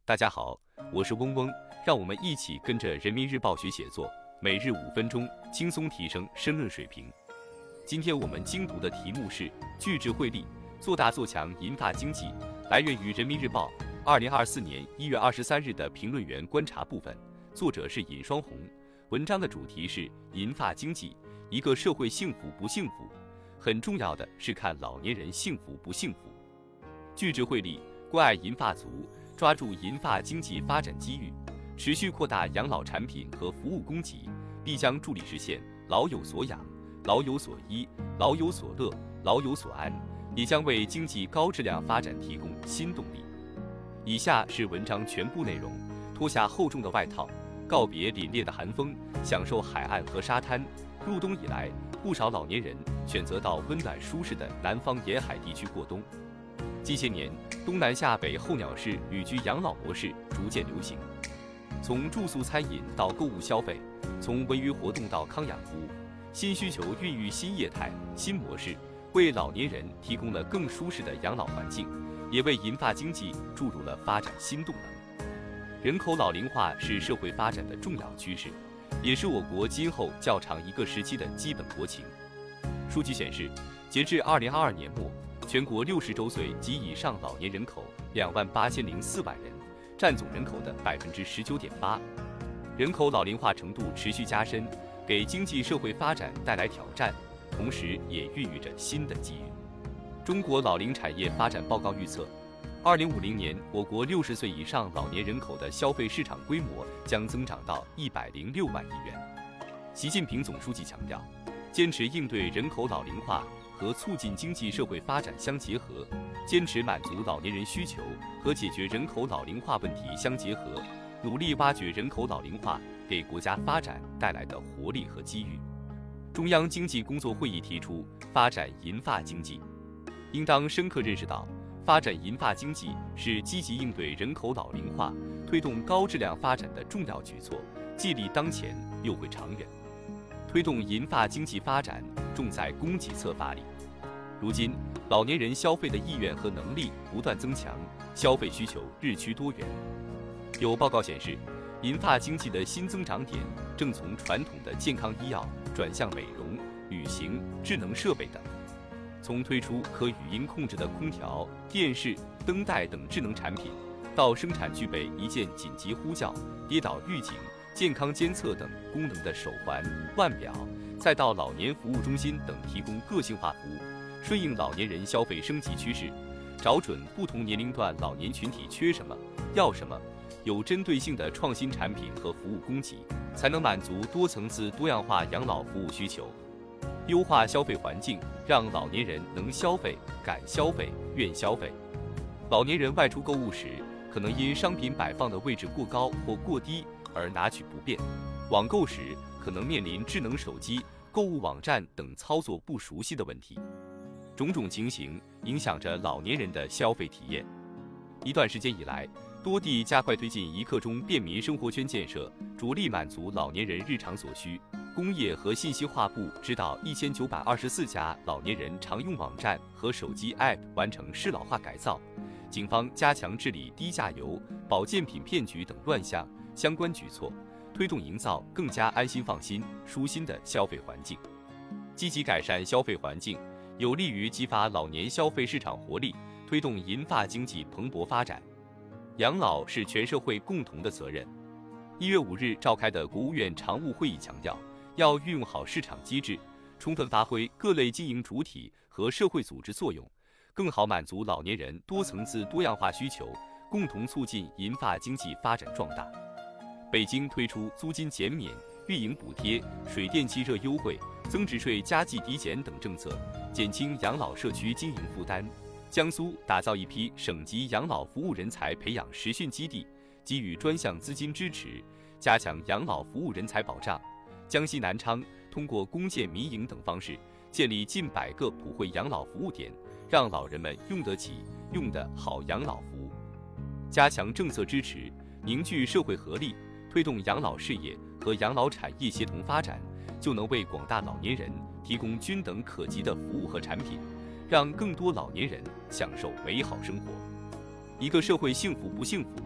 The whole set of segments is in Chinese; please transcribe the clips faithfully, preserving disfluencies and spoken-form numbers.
大家好，我是嗡嗡，让我们一起跟着人民日报学写作，每日五分钟，轻松提升申论水平。今天我们精读的题目是聚智慧力，做大做强银发经济，来源于人民日报二零二四年一月二十三日的评论员观察部分，作者是尹双红。文章的主题是银发经济，一个社会幸福不幸福？很重要的是看老年人幸福不幸福。聚智慧力，关爱银发族，抓住银发经济发展机遇，持续扩大养老产品和服务供给，必将助力实现老有所养、老有所依、老有所乐、老有所安，也将为经济高质量发展提供新动力。以下是文章全部内容，脱下厚重的外套，告别凛冽的寒风，享受海岸和沙滩。入冬以来，不少老年人选择到温暖舒适的南方沿海地区过冬。近些年，东南下北候鸟式旅居养老模式逐渐流行。从住宿餐饮到购物消费，从文娱活动到康养服务，新需求孕育新业态、新模式，为老年人提供了更舒适的养老环境，也为银发经济注入了发展新动能。人口老龄化是社会发展的重要趋势，也是我国今后较长一个时期的基本国情。数据显示，截至二零二二年末，全国六十周岁及以上老年人口两万八千零四万人，占总人口的百分之十九点八。人口老龄化程度持续加深，给经济社会发展带来挑战，同时也孕育着新的机遇。中国老龄产业发展报告预测，二零五零年我国六十岁以上老年人口的消费市场规模将增长到一百零六万亿元。习近平总书记强调，坚持应对人口老龄化和促进经济社会发展相结合，坚持满足老年人需求和解决人口老龄化问题相结合，努力挖掘人口老龄化给国家发展带来的活力和机遇。中央经济工作会议提出，发展银发经济，应当深刻认识到，发展银发经济是积极应对人口老龄化、推动高质量发展的重要举措，既利当前又会长远。推动银发经济发展，重在供给侧发力。如今，老年人消费的意愿和能力不断增强，消费需求日趋多元。有报告显示，银发经济的新增长点正从传统的健康医药转向美容、旅行、智能设备等。从推出可语音控制的空调、电视、灯带等智能产品，到生产具备一键紧急呼叫、跌倒预警、健康监测等功能的手环、腕表，再到老年服务中心等提供个性化服务，顺应老年人消费升级趋势，找准不同年龄段老年群体缺什么、要什么，有针对性的创新产品和服务供给，才能满足多层次多样化养老服务需求。优化消费环境，让老年人能消费、敢消费、愿消费。老年人外出购物时，可能因商品摆放的位置过高或过低而拿取不便，网购时可能面临智能手机、购物网站等操作不熟悉的问题。种种情形影响着老年人的消费体验。一段时间以来，多地加快推进一刻钟便民生活圈建设，着力满足老年人日常所需。工业和信息化部指导一千九百二十四家老年人常用网站和手机 App 完成适老化改造。警方加强治理低价游、保健品骗局等乱象相关举措，推动营造更加安心放心、舒心的消费环境。积极改善消费环境，有利于激发老年消费市场活力，推动银发经济蓬勃发展。养老是全社会共同的责任。一月五日召开的国务院常务会议强调，要运用好市场机制，充分发挥各类经营主体和社会组织作用，更好满足老年人多层次多样化需求，共同促进银发经济发展壮大。北京推出租金减免、运营补贴、水电气热优惠、增值税加计抵减等政策，减轻养老社区经营负担。江苏打造一批省级养老服务人才培养实训基地，给予专项资金支持，加强养老服务人才保障。江西南昌通过公建民营等方式，建立近百个普惠养老服务点，让老人们用得起、用得好养老服务。加强政策支持，凝聚社会合力，推动养老事业和养老产业协同发展，就能为广大老年人提供均等可及的服务和产品，让更多老年人享受美好生活。一个社会幸福不幸福，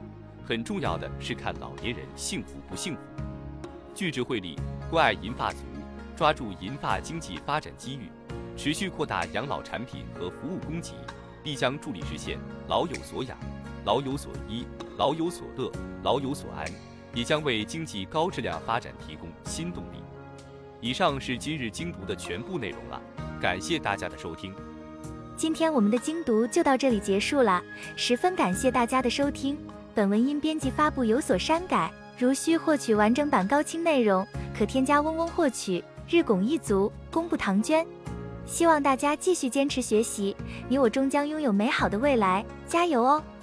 很重要的是看老年人幸福不幸福。聚智慧力，关爱银发族，抓住银发经济发展机遇，持续扩大养老产品和服务供给，必将助力实现老有所养、老有所依、老有所乐、老有所安，也将为经济高质量发展提供新动力。以上是今日精读的全部内容了，感谢大家的收听。 今天我们的精读就到这里结束了，十分感谢大家的收听。本文因编辑发布有所删改，如需获取完整版高清内容，可添加嗡嗡获取。日拱一卒，功不唐捐。希望大家继续坚持学习，你我终将拥有美好的未来，加油哦！